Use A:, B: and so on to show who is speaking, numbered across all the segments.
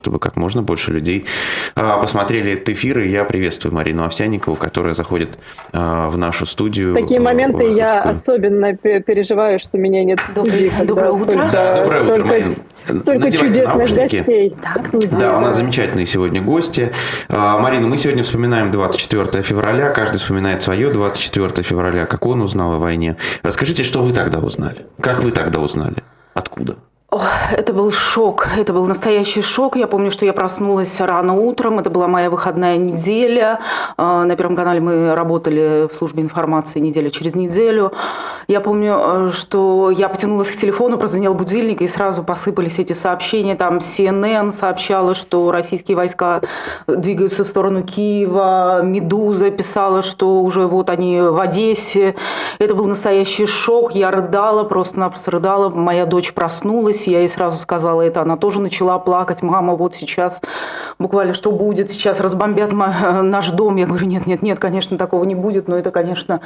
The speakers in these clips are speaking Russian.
A: чтобы как можно больше людей посмотрели этот эфир. И я приветствую Марину Овсянникову, которая заходит в нашу студию.
B: В такие моменты я особенно переживаю, что меня нет в студии.
C: Доброе утро.
A: Доброе утро, Марина.
B: Столько чудесных гостей.
A: Да, у нас замечательные сегодня гости. Марина, мы сегодня вспоминаем 24 февраля. Каждый вспоминает свое 24 февраля, как он узнал о войне. Расскажите, что вы тогда узнали? Как вы тогда узнали? Откуда?
C: Это был шок, это был настоящий шок. Я помню, что я проснулась рано утром, это была моя выходная неделя. На Первом канале мы работали в службе информации неделя через неделю. Я помню, что я потянулась к телефону, прозвенел будильник, и сразу посыпались эти сообщения. Там CNN сообщала, что российские войска двигаются в сторону Киева. «Медуза» писала, что уже вот они в Одессе. Это был настоящий шок. Я рыдала, просто-напросто рыдала. Моя дочь проснулась. Я ей сразу сказала это, она тоже начала плакать. Мама, вот сейчас буквально что будет? Сейчас разбомбят наш дом. Я говорю, нет, конечно, такого не будет. Но это, конечно,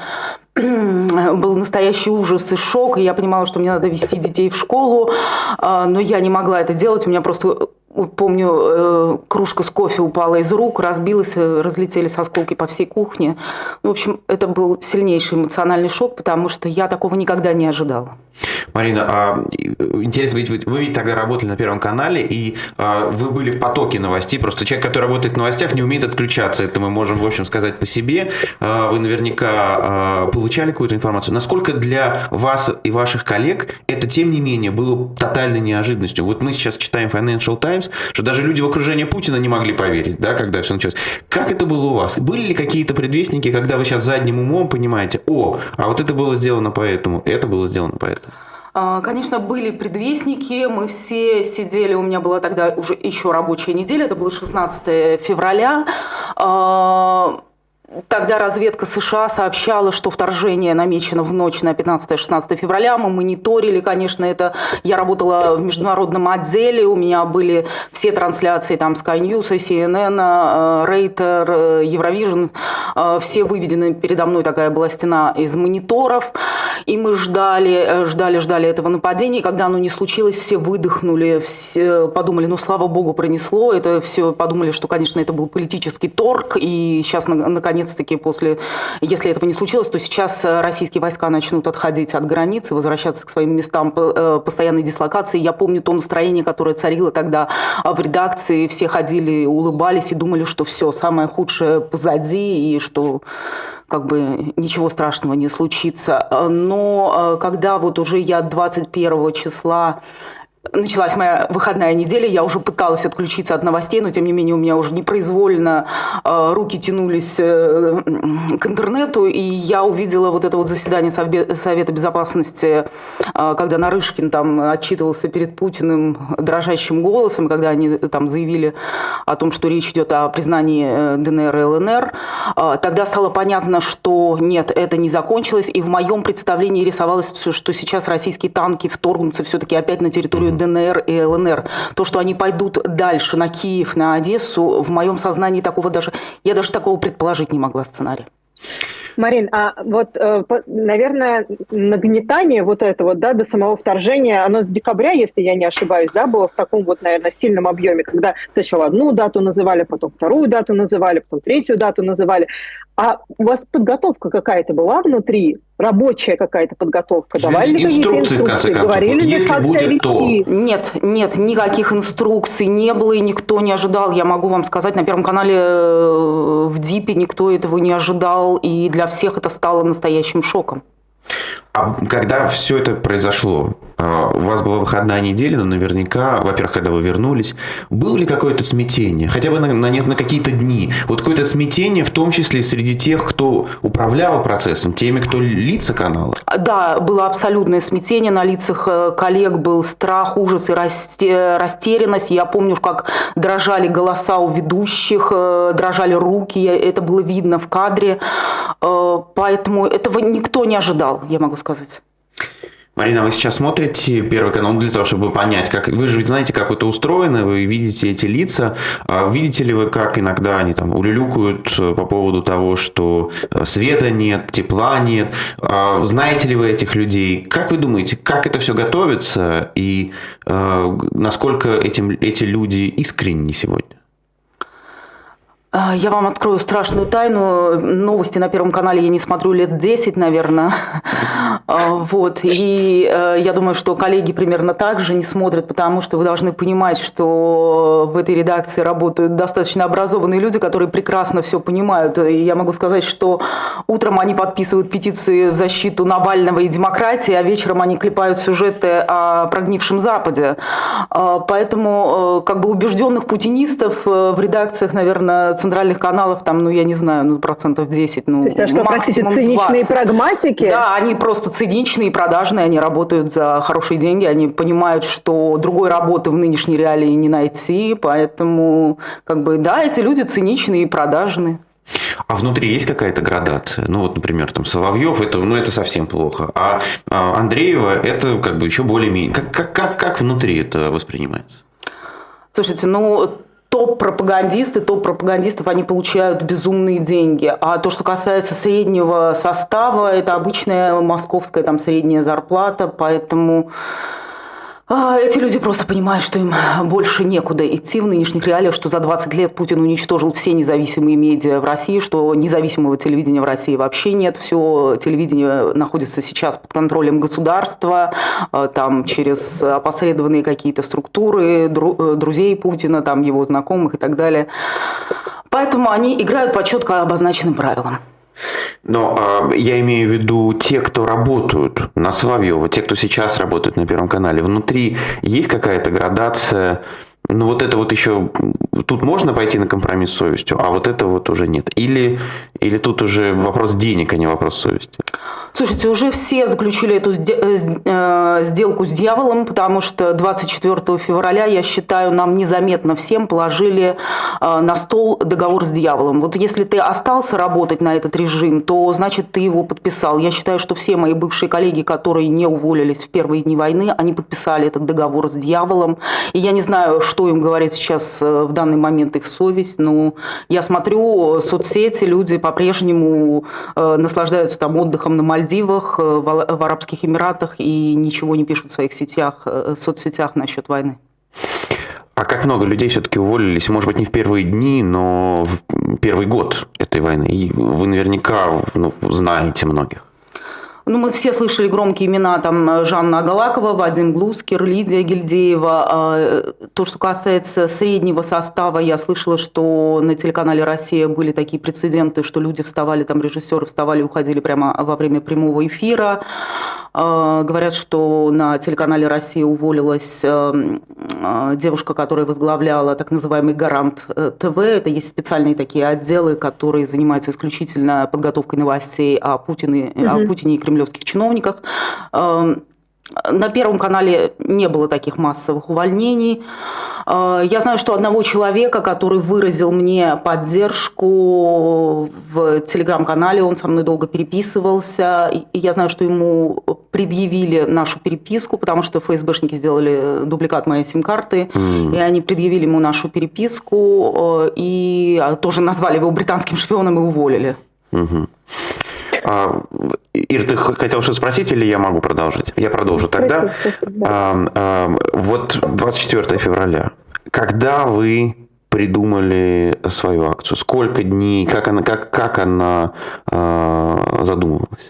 C: был настоящий ужас и шок. И я понимала, что мне надо вести детей в школу, но я не могла это делать. У меня просто... Помню, кружка с кофе упала из рук, разбилась, разлетелись осколки по всей кухне. В общем, это был сильнейший эмоциональный шок, потому что я такого никогда не ожидала.
A: Марина, интересно, вы ведь тогда работали на Первом канале, и вы были в потоке новостей. Просто человек, который работает в новостях, не умеет отключаться. Это мы можем, в общем, сказать по себе. Вы наверняка получали какую-то информацию. Насколько для вас и ваших коллег это, тем не менее, было тотальной неожиданностью? Вот мы сейчас читаем Financial Times, что даже люди в окружении Путина не могли поверить, да, когда все началось. Как это было у вас? Были ли какие-то предвестники, когда вы сейчас задним умом понимаете, а вот это было сделано поэтому, это было сделано поэтому?
C: Конечно, были предвестники, мы все сидели, у меня была тогда уже еще рабочая неделя, это было 16 февраля. Тогда разведка США сообщала, что вторжение намечено в ночь на 15-16 февраля. Мы мониторили, конечно, это. Я работала в международном отделе, у меня были все трансляции, там, Sky News, CNN, Рейтер, Eurovision, все выведены передо мной, такая была стена из мониторов. И мы ждали этого нападения. И когда оно не случилось, все выдохнули, все подумали, слава богу, пронесло. Это все подумали, что, конечно, это был политический торг. И сейчас, наконец-таки, если этого не случилось, то сейчас российские войска начнут отходить от границы, возвращаться к своим местам постоянной дислокации. Я помню то настроение, которое царило тогда в редакции. Все ходили, улыбались и думали, что все, самое худшее позади, и что... ничего страшного не случится. Но когда вот уже я 21 числа началась моя выходная неделя, я уже пыталась отключиться от новостей, но тем не менее у меня уже непроизвольно руки тянулись к интернету, и я увидела вот это вот заседание Совета Безопасности, когда Нарышкин там отчитывался перед Путиным дрожащим голосом, когда они там заявили о том, что речь идет о признании ДНР и ЛНР. Тогда стало понятно, что нет, это не закончилось, и в моем представлении рисовалось, что сейчас российские танки вторгнутся все-таки опять на территорию ДНР и ЛНР. То, что они пойдут дальше на Киев, на Одессу, в моем сознании я даже такого предположить не могла сценария.
B: Марин, наверное, нагнетание вот этого, до самого вторжения, оно с декабря, если я не ошибаюсь, было в таком наверное, сильном объеме, когда сначала одну дату называли, потом вторую дату называли, потом третью дату называли. А у вас подготовка какая-то была внутри? Рабочая какая-то подготовка? Давали ли
A: инструкции, в конце концов?
B: Говорили ли,
A: если
B: как
A: будет,
B: себя вести?
C: Нет, никаких инструкций не было, и никто не ожидал. Я могу вам сказать, на Первом канале в ДИПе никто этого не ожидал, и для всех это стало настоящим шоком.
A: А когда все это произошло, у вас была выходная неделя, но наверняка, во-первых, когда вы вернулись, было ли какое-то смятение, хотя бы на какие-то дни, вот какое-то смятение, в том числе среди тех, кто управлял процессом, теми, кто лица канала? Да,
C: было абсолютное смятение, на лицах коллег был страх, ужас и растерянность. Я помню, как дрожали голоса у ведущих, дрожали руки, это было видно в кадре, поэтому этого никто не ожидал, я могу сказать.
A: Марина, вы сейчас смотрите Первый канал для того, чтобы понять, как вы же ведь знаете, как это устроено, вы видите эти лица. Видите ли вы, как иногда они там улюлюкают по поводу того, что света нет, тепла нет? Знаете ли вы этих людей? Как вы думаете, как это все готовится и насколько эти люди искренни сегодня?
C: Я вам открою страшную тайну. Новости на Первом канале я не смотрю лет 10, наверное. Вот. И я думаю, что коллеги примерно так же не смотрят, потому что вы должны понимать, что в этой редакции работают достаточно образованные люди, которые прекрасно все понимают. И я могу сказать, что утром они подписывают петиции в защиту Навального и демократии, а вечером они клепают сюжеты о прогнившем Западе. Поэтому как бы убежденных путинистов в редакциях, наверное, центральных каналов, там, ну, я не знаю, 10%, ну,
B: то есть, а что, простите,
C: максимум
B: циничные
C: 20%.
B: прагматики?
C: Да, они просто циничные, продажные, они работают за хорошие деньги, они понимают, что другой работы в нынешней реалии не найти, поэтому, как бы, да, эти люди циничные и продажные.
A: А внутри есть какая-то градация? Ну, вот, например, там Соловьев, это совсем плохо, а Андреева, это как бы еще более-менее. Как внутри это воспринимается?
C: Слушайте, ну... Топ-пропагандистов, они получают безумные деньги. А то, что касается среднего состава, это обычная московская там средняя зарплата, поэтому эти люди просто понимают, что им больше некуда идти в нынешних реалиях, что за 20 лет Путин уничтожил все независимые медиа в России, что независимого телевидения в России вообще нет. Все телевидение находится сейчас под контролем государства, там, через опосредованные какие-то структуры, друзей Путина, там, его знакомых и так далее. Поэтому они играют по четко обозначенным правилам.
A: Но я имею в виду те, кто работают на Соловьева, те, кто сейчас работает на Первом канале. Внутри есть какая-то градация? Ну, вот это вот еще... Тут можно пойти на компромисс с совестью, а вот это вот уже нет. Или тут уже вопрос денег, а не вопрос совести?
C: Слушайте, уже все заключили эту сделку с дьяволом, потому что 24 февраля, я считаю, нам незаметно всем положили на стол договор с дьяволом. Вот если ты остался работать на этот режим, то значит ты его подписал. Я считаю, что все мои бывшие коллеги, которые не уволились в первые дни войны, они подписали этот договор с дьяволом. И я не знаю, что им говорит сейчас в данный момент их совесть, но я смотрю соцсети, люди по-прежнему наслаждаются там отдыхом на Мальдивах, в Арабских Эмиратах и ничего не пишут в своих соцсетях насчет войны.
A: А как много людей все-таки уволились, может быть, не в первые дни, но в первый год этой войны? И вы наверняка знаете многих.
C: Ну, мы все слышали громкие имена, там, Жанна Агалакова, Вадим Глускер, Лидия Гильдеева. То, что касается среднего состава, я слышала, что на телеканале «Россия» были такие прецеденты, что люди вставали, там, режиссеры вставали и уходили прямо во время прямого эфира. Говорят, что на телеканале «Россия» уволилась девушка, которая возглавляла так называемый «Гарант ТВ». Это есть специальные такие отделы, которые занимаются исключительно подготовкой новостей о Путине и кремлевских чиновниках. На Первом канале не было таких массовых увольнений. Я знаю, что одного человека, который выразил мне поддержку в телеграм-канале, он со мной долго переписывался, и я знаю, что ему предъявили нашу переписку, потому что ФСБшники сделали дубликат моей сим-карты, и они предъявили ему нашу переписку, и тоже назвали его британским шпионом и уволили.
A: Ир, ты хотел что-то спросить, или я могу продолжить? Я продолжу тогда. Вот 24 февраля. Когда вы придумали свою акцию? Сколько дней? Как она задумывалась?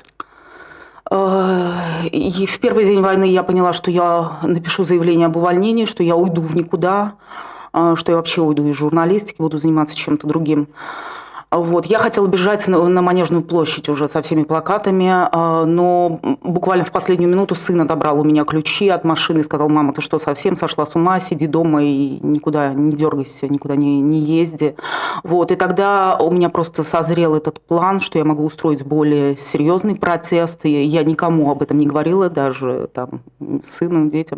C: И в первый день войны я поняла, что я напишу заявление об увольнении, что я уйду в никуда, что я вообще уйду из журналистики, буду заниматься чем-то другим. Вот. Я хотела бежать на Манежную площадь уже со всеми плакатами, но буквально в последнюю минуту сын отобрал у меня ключи от машины и сказал: мама, ты что, совсем сошла с ума? Сиди дома и никуда не дергайся, никуда не езди. Вот, и тогда у меня просто созрел этот план, что я могу устроить более серьезный протест. И я никому об этом не говорила, даже там сыну, детям.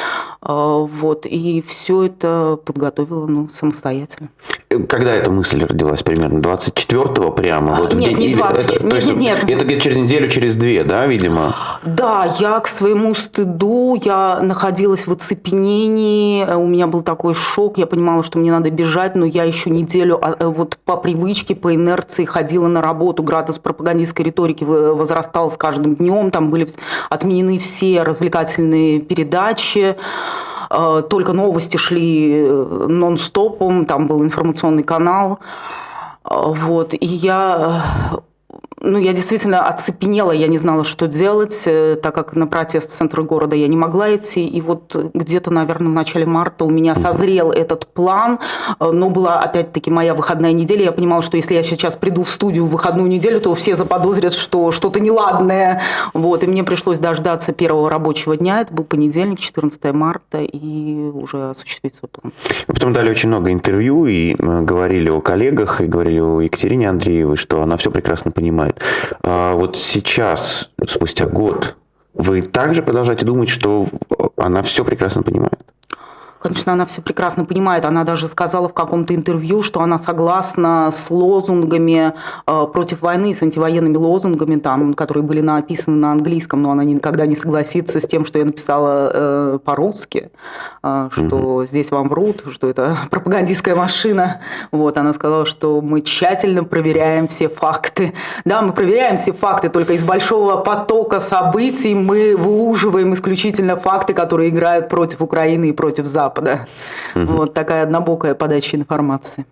C: Вот, и все это подготовила самостоятельно.
A: Когда эта мысль родилась примерно? 24-го прямо? Вот
C: нет, не 20.
A: Нет. Это где-то через неделю, через две, да, видимо?
C: Да, я к своему стыду, я находилась в оцепенении, у меня был такой шок, я понимала, что мне надо бежать, но я еще неделю вот по привычке, по инерции ходила на работу, градус пропагандистской риторики возрастал с каждым днем, там были отменены все развлекательные передачи, только новости шли нон-стопом, там был информационный канал, вот, и я действительно оцепенела, я не знала, что делать, так как на протест в центр города я не могла идти. И вот где-то, наверное, в начале марта у меня созрел этот план, но была опять-таки моя выходная неделя. Я понимала, что если я сейчас приду в студию в выходную неделю, то все заподозрят, что что-то неладное. Вот. И мне пришлось дождаться первого рабочего дня, это был понедельник, 14 марта, и уже осуществить свой план.
A: Вы потом дали очень много интервью и говорили о коллегах, и говорили о Екатерине Андреевой, что она все прекрасно понимает. А вот сейчас, спустя год, вы также продолжаете думать, что она все прекрасно понимает?
C: Конечно, она все прекрасно понимает. Она даже сказала в каком-то интервью, что она согласна с лозунгами против войны, с антивоенными лозунгами, там, которые были написаны на английском, но она никогда не согласится с тем, что я написала по-русски, что здесь вам врут, что это пропагандистская машина. Вот, она сказала, что мы тщательно проверяем все факты. Да, мы проверяем все факты, только из большого потока событий мы выуживаем исключительно факты, которые играют против Украины и против Запада. Вот такая однобокая подача информации.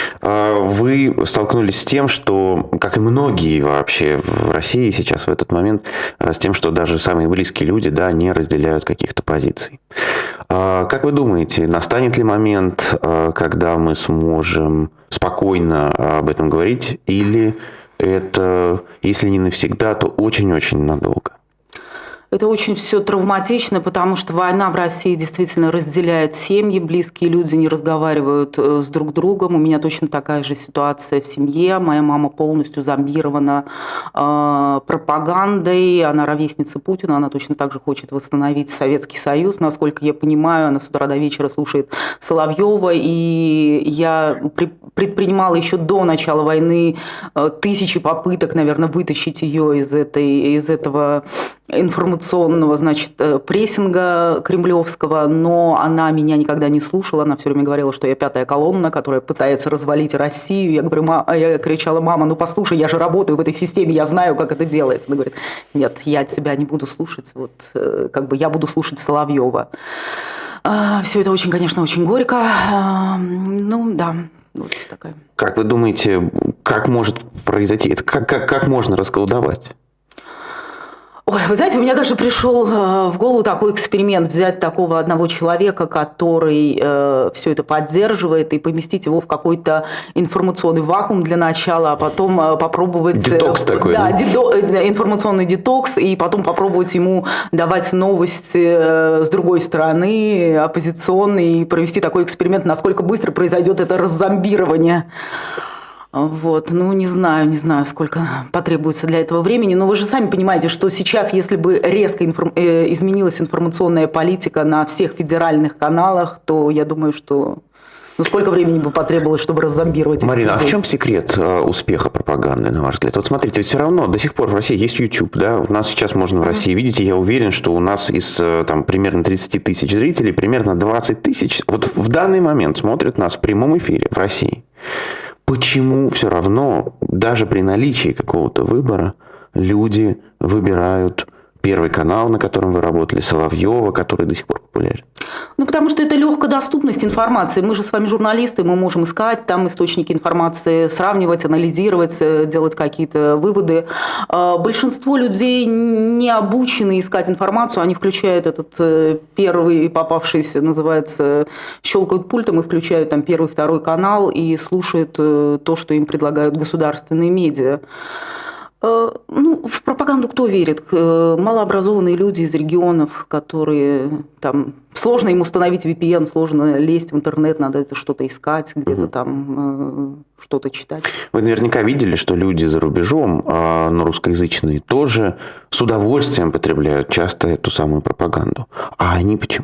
A: Вы столкнулись с тем, что, как и многие вообще в России сейчас в этот момент, с тем, что даже самые близкие люди, да, не разделяют каких-то позиций. Как вы думаете, настанет ли момент, когда мы сможем спокойно об этом говорить, или это, если не навсегда, то очень-очень надолго?
C: Это очень все травматично, потому что война в России действительно разделяет семьи, близкие люди не разговаривают с друг другом. У меня точно такая же ситуация в семье. Моя мама полностью зомбирована пропагандой. Она ровесница Путина, она точно так же хочет восстановить Советский Союз. Насколько я понимаю, она с утра до вечера слушает Соловьева. И я предпринимала еще до начала войны тысячи попыток, наверное, вытащить ее из этого информационного, значит, прессинга кремлевского, но она меня никогда не слушала, она все время говорила, что я пятая колонна, которая пытается развалить Россию. Я говорю, я кричала: мама, ну послушай, я же работаю в этой системе, я знаю, как это делается. Она говорит: нет, я тебя не буду слушать, вот как бы я буду слушать Соловьева. Все это очень, конечно, очень горько. Ну да, вот такая.
A: Как вы думаете, как может произойти? Это как можно расколдовать?
C: Ой, вы знаете, у меня даже пришел в голову такой эксперимент: взять такого одного человека, который все это поддерживает, и поместить его в какой-то информационный вакуум для начала, а потом попробовать...
A: Детокс такой,
C: да? Информационный детокс, и потом попробовать ему давать новости с другой стороны, оппозиционные, и провести такой эксперимент, насколько быстро произойдет это раззомбирование. Вот, ну, не знаю, сколько потребуется для этого времени, но вы же сами понимаете, что сейчас, если бы резко изменилась информационная политика на всех федеральных каналах, то я думаю, что... Ну, сколько времени бы потребовалось, чтобы раззомбировать?
A: Марина, а в чем секрет успеха пропаганды, на ваш взгляд? Вот смотрите, ведь все равно до сих пор в России есть YouTube, да? У нас сейчас можно в России видеть, и я уверен, что у нас из там, примерно 30 тысяч зрителей примерно 20 тысяч вот в данный момент смотрят нас в прямом эфире в России. Почему все равно, даже при наличии какого-то выбора, люди выбирают Первый канал, на котором вы работали, Соловьева, который до сих пор популярен?
C: Ну, потому что это легкая доступность информации. Мы же с вами журналисты, мы можем искать там источники информации, сравнивать, анализировать, делать какие-то выводы. Большинство людей не обучены искать информацию, они включают этот первый попавшийся, называется, щелкают пультом и включают там первый, второй канал и слушают то, что им предлагают государственные медиа. Ну, в пропаганду кто верит? Малообразованные люди из регионов, которые там... Сложно им установить VPN, сложно лезть в интернет, надо это что-то искать, где-то там что-то читать.
A: Вы наверняка видели, что люди за рубежом, но русскоязычные тоже, с удовольствием потребляют часто эту самую пропаганду. А они почему?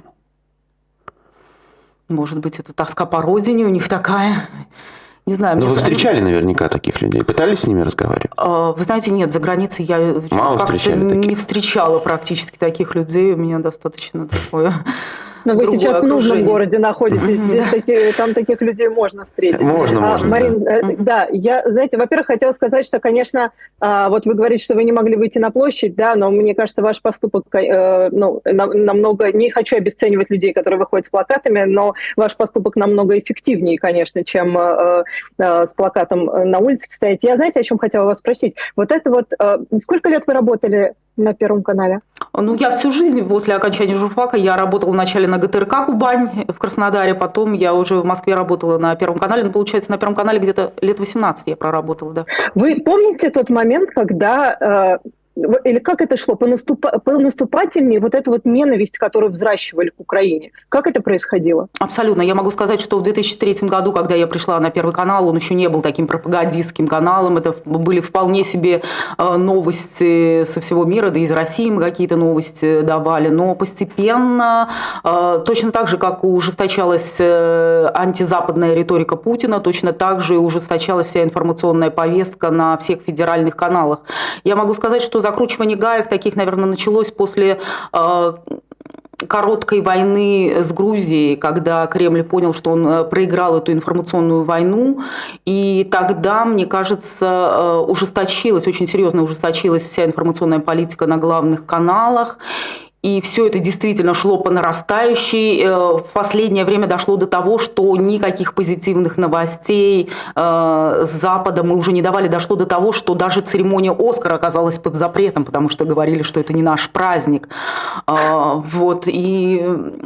C: Может быть, это тоска по родине у них такая... Не знаю.
A: Но вы встречали наверняка таких людей? Пытались с ними разговаривать?
C: Вы знаете, нет, за границей я как-то не встречала практически таких людей. У меня достаточно такое...
B: Но вы сейчас в нужном городе находитесь, там таких людей можно встретить.
A: Можно.
B: Марин, да, я, знаете, во-первых, хотела сказать, что, конечно, вот вы говорите, что вы не могли выйти на площадь, да, но мне кажется, ваш поступок, намного, не хочу обесценивать людей, которые выходят с плакатами, но ваш поступок намного эффективнее, конечно, чем с плакатом на улице постоять. Я, знаете, о чем хотела вас спросить? Вот это вот, сколько лет вы работали на Первом канале?
C: Ну, я всю жизнь после окончания журфака, я работала вначале на ГТРК «Кубань» в Краснодаре, потом я уже в Москве работала на Первом канале, получается, на Первом канале где-то лет 18 я проработала, да.
B: Вы помните тот момент, когда... Или как это шло? По наступательней вот эта вот ненависть, которую взращивали к Украине. Как это происходило?
C: Абсолютно. Я могу сказать, что в 2003 году, когда я пришла на Первый канал, он еще не был таким пропагандистским каналом. Это были вполне себе новости со всего мира, да и из России мы какие-то новости давали. Но постепенно, точно так же, как ужесточалась антизападная риторика Путина, точно так же ужесточалась вся информационная повестка на всех федеральных каналах. Я могу сказать, что закручивание гаек таких, наверное, началось после короткой войны с Грузией, когда Кремль понял, что он проиграл эту информационную войну, и тогда, мне кажется, очень серьезно ужесточилась вся информационная политика на главных каналах. И все это действительно шло по нарастающей. В последнее время дошло до того, что никаких позитивных новостей с Запада мы уже не давали. Дошло до того, что даже церемония «Оскара» оказалась под запретом, потому что говорили, что это не наш праздник. Вот. И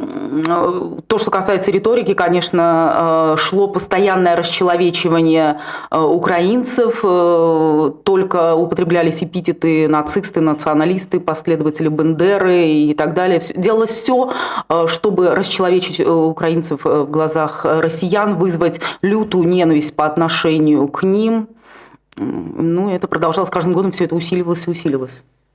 C: то, что касается риторики, конечно, шло постоянное расчеловечивание украинцев. Только употреблялись эпитеты нацисты, националисты, последователи Бендеры и так далее. Делалось все, чтобы расчеловечить украинцев в глазах россиян, вызвать лютую ненависть по отношению к ним. Ну, это продолжалось каждым годом, все это усиливалось и усиливалось.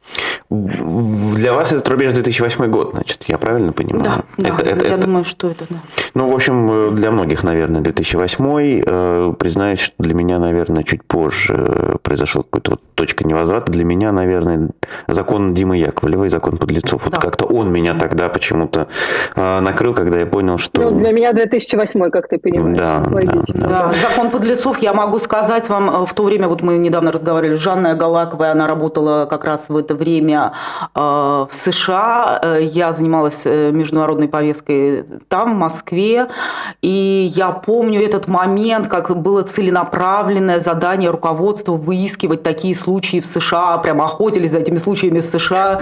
A: Для вас этот рубеж 2008 год, значит, я правильно понимаю?
C: Да, я думаю, что это, да.
A: Ну, в общем, для многих, наверное, 2008. Признаюсь, что для меня, наверное, чуть позже произошла какая-то вот точка невозврата. Для меня, наверное, закон Димы Яковлева и закон подлецов. Да. Вот как-то он меня тогда почему-то накрыл, когда я понял, что...
B: Ну, для меня 2008, как ты понимаешь.
A: Да.
C: Закон подлецов, я могу сказать вам, в то время, вот мы недавно разговаривали с Жанной Агалаковой, она работала как раз в это время в США. Я занималась международной повесткой там, в Москве. И я помню этот момент, как было целенаправленное задание руководства выискивать такие случаи в США, прям охотились за этими случаями в США,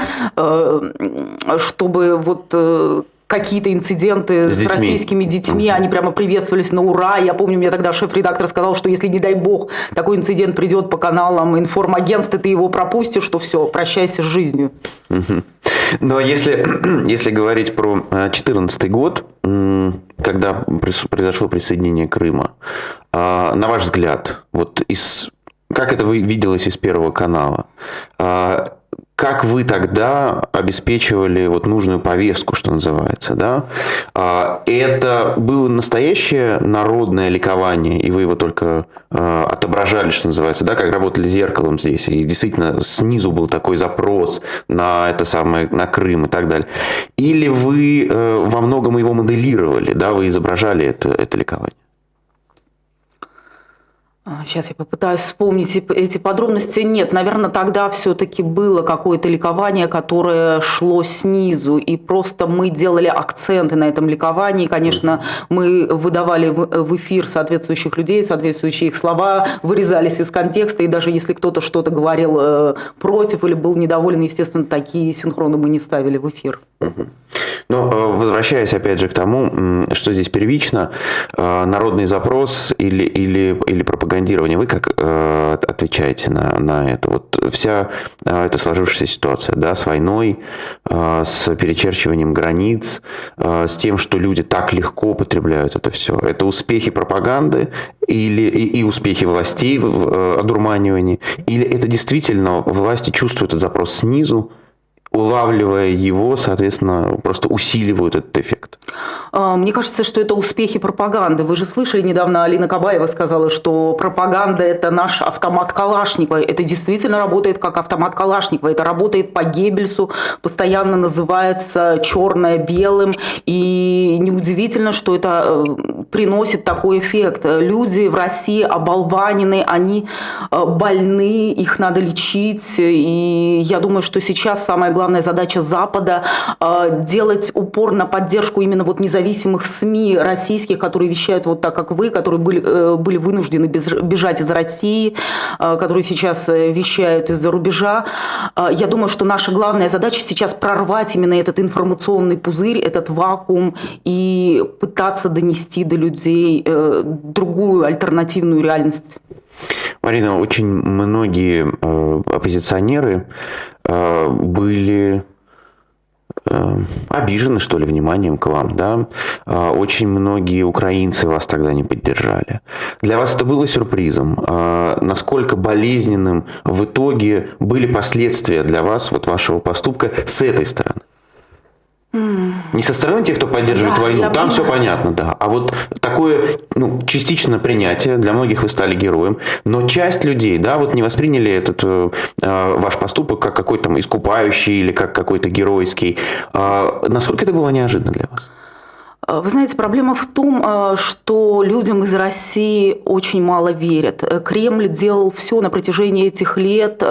C: чтобы вот... какие-то инциденты с российскими детьми, они прямо приветствовались на ура. Я помню, мне тогда шеф-редактор сказал, что если, не дай бог, такой инцидент придет по каналам информагентств, ты его пропустишь, что все, прощайся с жизнью.
A: Но если говорить про 2014 год, когда произошло присоединение Крыма, на ваш взгляд, вот как это виделось из Первого канала? Как вы тогда обеспечивали вот нужную повестку, что называется, да? Это было настоящее народное ликование, и вы его только отображали, что называется, да, как работали зеркалом здесь, и действительно снизу был такой запрос на это самое, на Крым и так далее. Или вы во многом его моделировали, да, вы изображали это ликование?
C: Сейчас я попытаюсь вспомнить эти подробности. Нет, наверное, тогда все-таки было какое-то ликование, которое шло снизу, и просто мы делали акценты на этом ликовании. Конечно, мы выдавали в эфир соответствующих людей, соответствующие их слова вырезались из контекста, и даже если кто-то что-то говорил против или был недоволен, естественно, такие синхроны мы не ставили в эфир.
A: Но возвращаясь опять же к тому, что здесь первично, народный запрос или пропагандистская скандирование, вы как отвечаете на это? Вот вся эта сложившаяся ситуация, да, с войной, с перечерчиванием границ, с тем, что люди так легко употребляют это все. Это успехи пропаганды и успехи властей в одурманивании? Или это действительно власти чувствуют этот запрос снизу, улавливая его, соответственно, просто усиливают этот эффект?
C: Мне кажется, что это успехи пропаганды. Вы же слышали, недавно Алина Кабаева сказала, что пропаганда – это наш автомат Калашникова. Это действительно работает как автомат Калашникова. Это работает по Геббельсу, постоянно называется черное белым. И неудивительно, что это приносит такой эффект. Люди в России оболванены, они больны, их надо лечить. И я думаю, что сейчас самая главная задача Запада – делать упор на поддержку именно вот независимых СМИ российских, которые вещают вот так, как вы, которые были вынуждены бежать из России, которые сейчас вещают из-за рубежа. Я думаю, что наша главная задача сейчас прорвать именно этот информационный пузырь, этот вакуум и пытаться донести до людей другую альтернативную реальность.
A: Марина, очень многие оппозиционеры были обижены, что ли, вниманием к вам, да? Очень многие украинцы вас тогда не поддержали. Для вас это было сюрпризом? Насколько болезненным в итоге были последствия для вас, вот вашего поступка с этой стороны? Не со стороны тех, кто поддерживает войну, там все понятно, да. А вот такое частичное принятие, для многих вы стали героем, но часть людей, да, вот не восприняли этот ваш поступок как какой-то там искупающий или как какой-то геройский. Насколько это было неожиданно для вас?
C: Вы знаете, проблема в том, что людям из России очень мало верят. Кремль делал все на протяжении этих лет.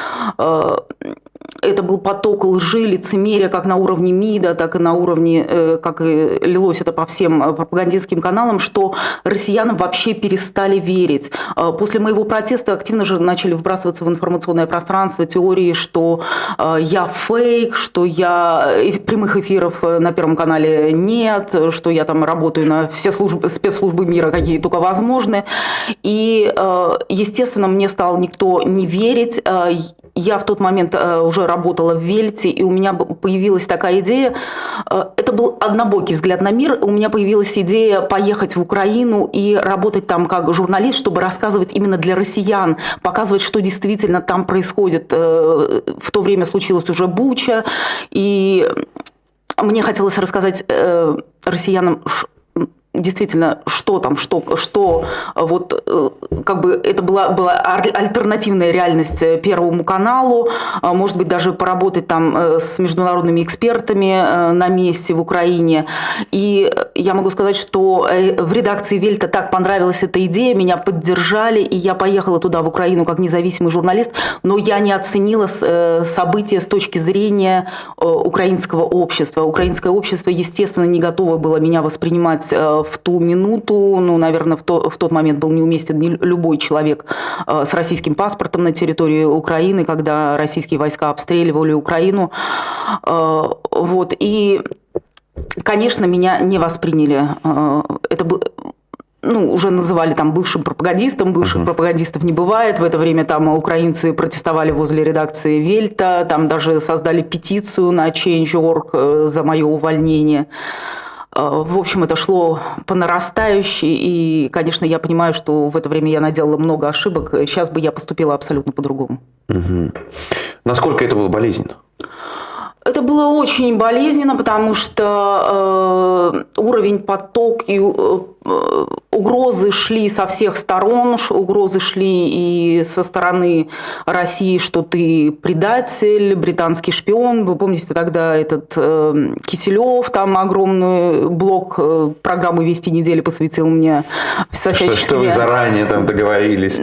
C: Это был поток лжи, лицемерия как на уровне МИДа, так и на уровне, как и лилось это по всем пропагандистским каналам, что россиянам вообще перестали верить. После моего протеста активно же начали вбрасываться в информационное пространство теории, что я фейк, что прямых эфиров на Первом канале нет, что я там работаю на все спецслужбы мира, какие только возможны. И, естественно, мне стал никто не верить. Я в тот момент уже работала в Вельте, и у меня появилась такая идея. Это был однобокий взгляд на мир. У меня появилась идея поехать в Украину и работать там как журналист, чтобы рассказывать именно для россиян, показывать, что действительно там происходит. В то время случилась уже Буча, и мне хотелось рассказать россиянам, действительно, что там, что вот как бы это была альтернативная реальность Первому каналу, может быть, даже поработать там с международными экспертами на месте в Украине. И я могу сказать, что в редакции Вельта так понравилась эта идея, меня поддержали, и я поехала туда, в Украину, как независимый журналист, но я не оценила события с точки зрения украинского общества. Украинское общество, естественно, не готово было меня воспринимать в ту минуту, наверное, в тот момент был неуместен любой человек с российским паспортом на территории Украины, когда российские войска обстреливали Украину. Вот. И, конечно, меня не восприняли. Это был... уже называли там бывшим пропагандистом, бывших пропагандистов не бывает. В это время там украинцы протестовали возле редакции Вельта, там даже создали петицию на Change.org за мое увольнение. В общем, это шло по нарастающей, и, конечно, я понимаю, что в это время я наделала много ошибок. Сейчас бы я поступила абсолютно по-другому.
A: Угу. Насколько это было болезненно?
C: Это было очень болезненно, потому что уровень, поток и угрозы шли со всех сторон, угрозы шли и со стороны России, что ты предатель, британский шпион. Вы помните тогда этот Киселев, там огромный блок программы «Вести недели» посвятил мне.
A: Что вы заранее там договорились.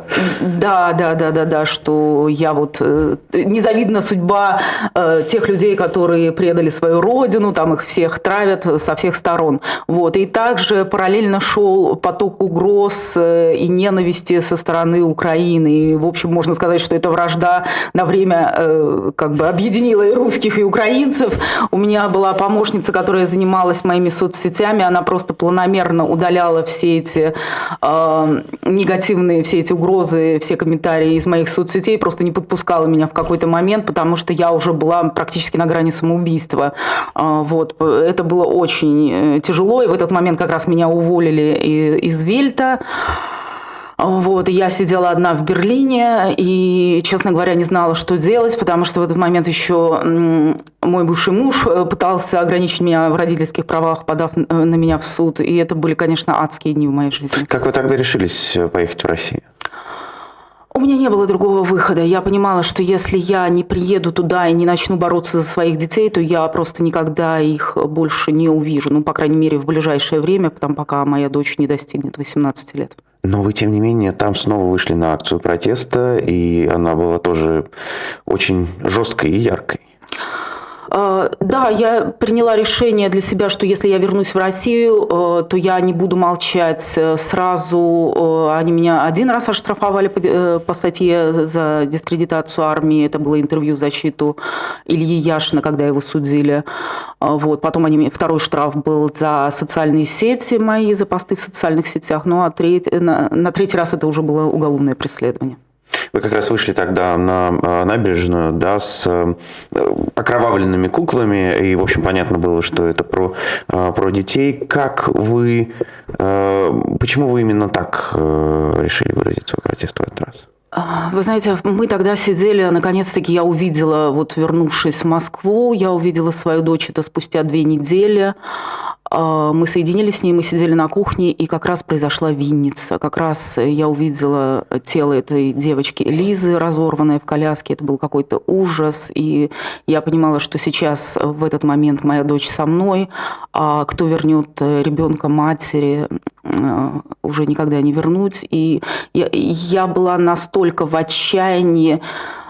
C: Да, что я вот... Незавидна судьба тех людей, которые предали свою родину, там их всех травят со всех сторон. Вот. И также параллельно параллельно шел поток угроз и ненависти со стороны Украины. И, в общем, можно сказать, что эта вражда на время как бы объединила и русских, и украинцев. У меня была помощница, которая занималась моими соцсетями. Она просто планомерно удаляла все эти негативные, все эти угрозы, все комментарии из моих соцсетей, просто не подпускала меня в какой-то момент, потому что я уже была практически на грани самоубийства. Вот. Это было очень тяжело, и в этот момент как раз меня уволили из Вельта. Вот, и я сидела одна в Берлине и, честно говоря, не знала, что делать, потому что в этот момент еще мой бывший муж пытался ограничить меня в родительских правах, подав на меня в суд, и это были, конечно, адские дни в моей жизни.
A: Как вы тогда решились поехать в Россию?
C: У меня не было другого выхода. Я понимала, что если я не приеду туда и не начну бороться за своих детей, то я просто никогда их больше не увижу. Ну, по крайней мере, в ближайшее время, пока моя дочь не достигнет 18 лет.
A: Но вы, тем не менее, там снова вышли на акцию протеста, и она была тоже очень жесткой и яркой.
C: Да, я приняла решение для себя, что если я вернусь в Россию, то я не буду молчать сразу. Они меня один раз оштрафовали по статье за дискредитацию армии. Это было интервью в защиту Ильи Яшина, когда его судили. Вот. Потом второй штраф был за социальные сети мои, за посты в социальных сетях. Ну а на третий раз это уже было уголовное преследование.
A: Вы как раз вышли тогда на набережную, да, с окровавленными куклами, и, в общем, понятно было, что это про детей. Почему вы именно так решили выразить свой протест в этот раз?
C: Вы знаете, мы тогда сидели, наконец-таки я увидела, вот вернувшись в Москву, я увидела свою дочь, это спустя 2 недели. Мы соединились с ней, мы сидели на кухне, и как раз произошла Винница. Как раз я увидела тело этой девочки Лизы, разорванное в коляске. Это был какой-то ужас. И я понимала, что сейчас, в этот момент, моя дочь со мной, а кто вернет ребенка матери, уже никогда не вернуть. И я была настолько в отчаянии.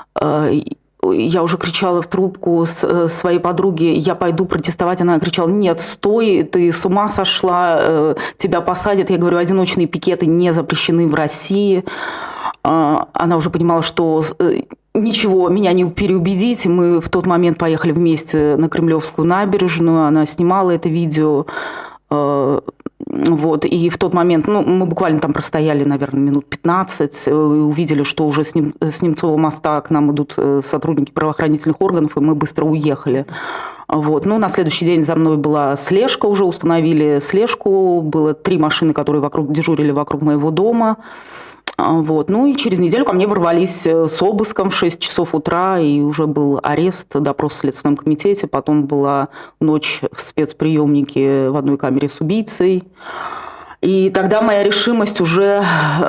C: Я уже кричала в трубку своей подруге: я пойду протестовать. Она кричала: нет, стой, ты с ума сошла, тебя посадят. Я говорю: одиночные пикеты не запрещены в России. Она уже понимала, что ничего, меня не переубедить. Мы в тот момент поехали вместе на Кремлевскую набережную. Она снимала это видео. Вот, и в тот момент, мы буквально там простояли, наверное, минут 15, и увидели, что уже с Немцового моста к нам идут сотрудники правоохранительных органов, и мы быстро уехали. Вот. На следующий день за мной была слежка, уже установили слежку, было 3 машины, которые дежурили вокруг моего дома. Вот. И через неделю ко мне ворвались с обыском в 6 часов утра, и уже был арест, допрос в Следственном комитете. Потом была ночь в спецприемнике в одной камере с убийцей. И тогда моя решимость уже,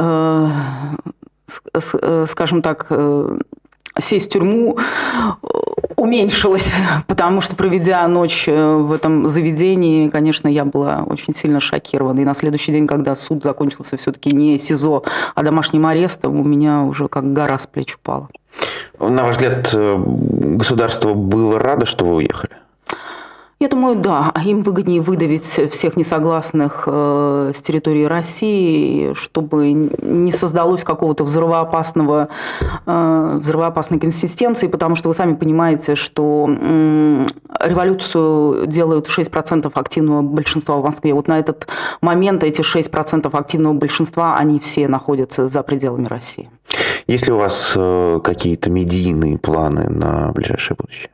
C: скажем так, сесть в тюрьму уменьшилась, потому что, проведя ночь в этом заведении, конечно, я была очень сильно шокирована. И на следующий день, когда суд закончился все-таки не СИЗО, а домашним арестом, у меня уже как гора с плеч упала.
A: На ваш взгляд, государство было радо, что вы уехали?
C: Я думаю, да. Им выгоднее выдавить всех несогласных с территории России, чтобы не создалось какого-то взрывоопасной консистенции, потому что вы сами понимаете, что революцию делают 6% активного большинства в Москве. Вот на этот момент эти 6% активного большинства, они все находятся за пределами России.
A: Есть ли у вас какие-то медийные планы на ближайшее будущее?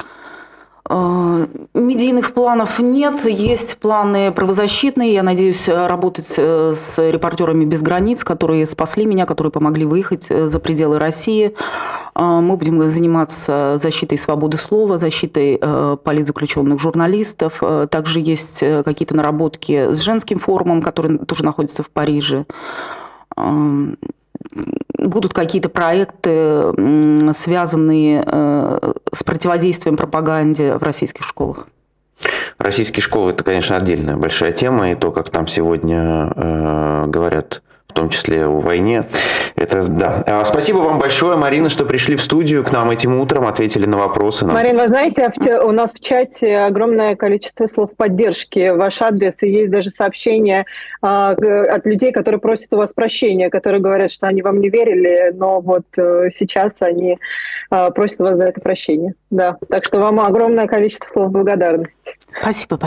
C: Медийных планов нет, есть планы правозащитные. Я надеюсь работать с репортерами без границ, которые спасли меня, которые помогли выехать за пределы России. Мы будем заниматься защитой свободы слова, защитой политзаключенных журналистов. Также есть какие-то наработки с женским форумом, который тоже находится в Париже. Будут какие-то проекты, связанные с противодействием пропаганде в российских школах.
A: Российские школы – это, конечно, отдельная большая тема, и то, как там сегодня говорят, в том числе о войне. Это да. Спасибо вам большое, Марина, что пришли в студию к нам этим утром, ответили на вопросы.
B: Марина, вы знаете, у нас в чате огромное количество слов поддержки в ваш адрес, и есть даже сообщения от людей, которые просят у вас прощения, которые говорят, что они вам не верили, но вот сейчас они просят у вас за это прощения. Да. Так что вам огромное количество слов благодарности.
C: Спасибо большое.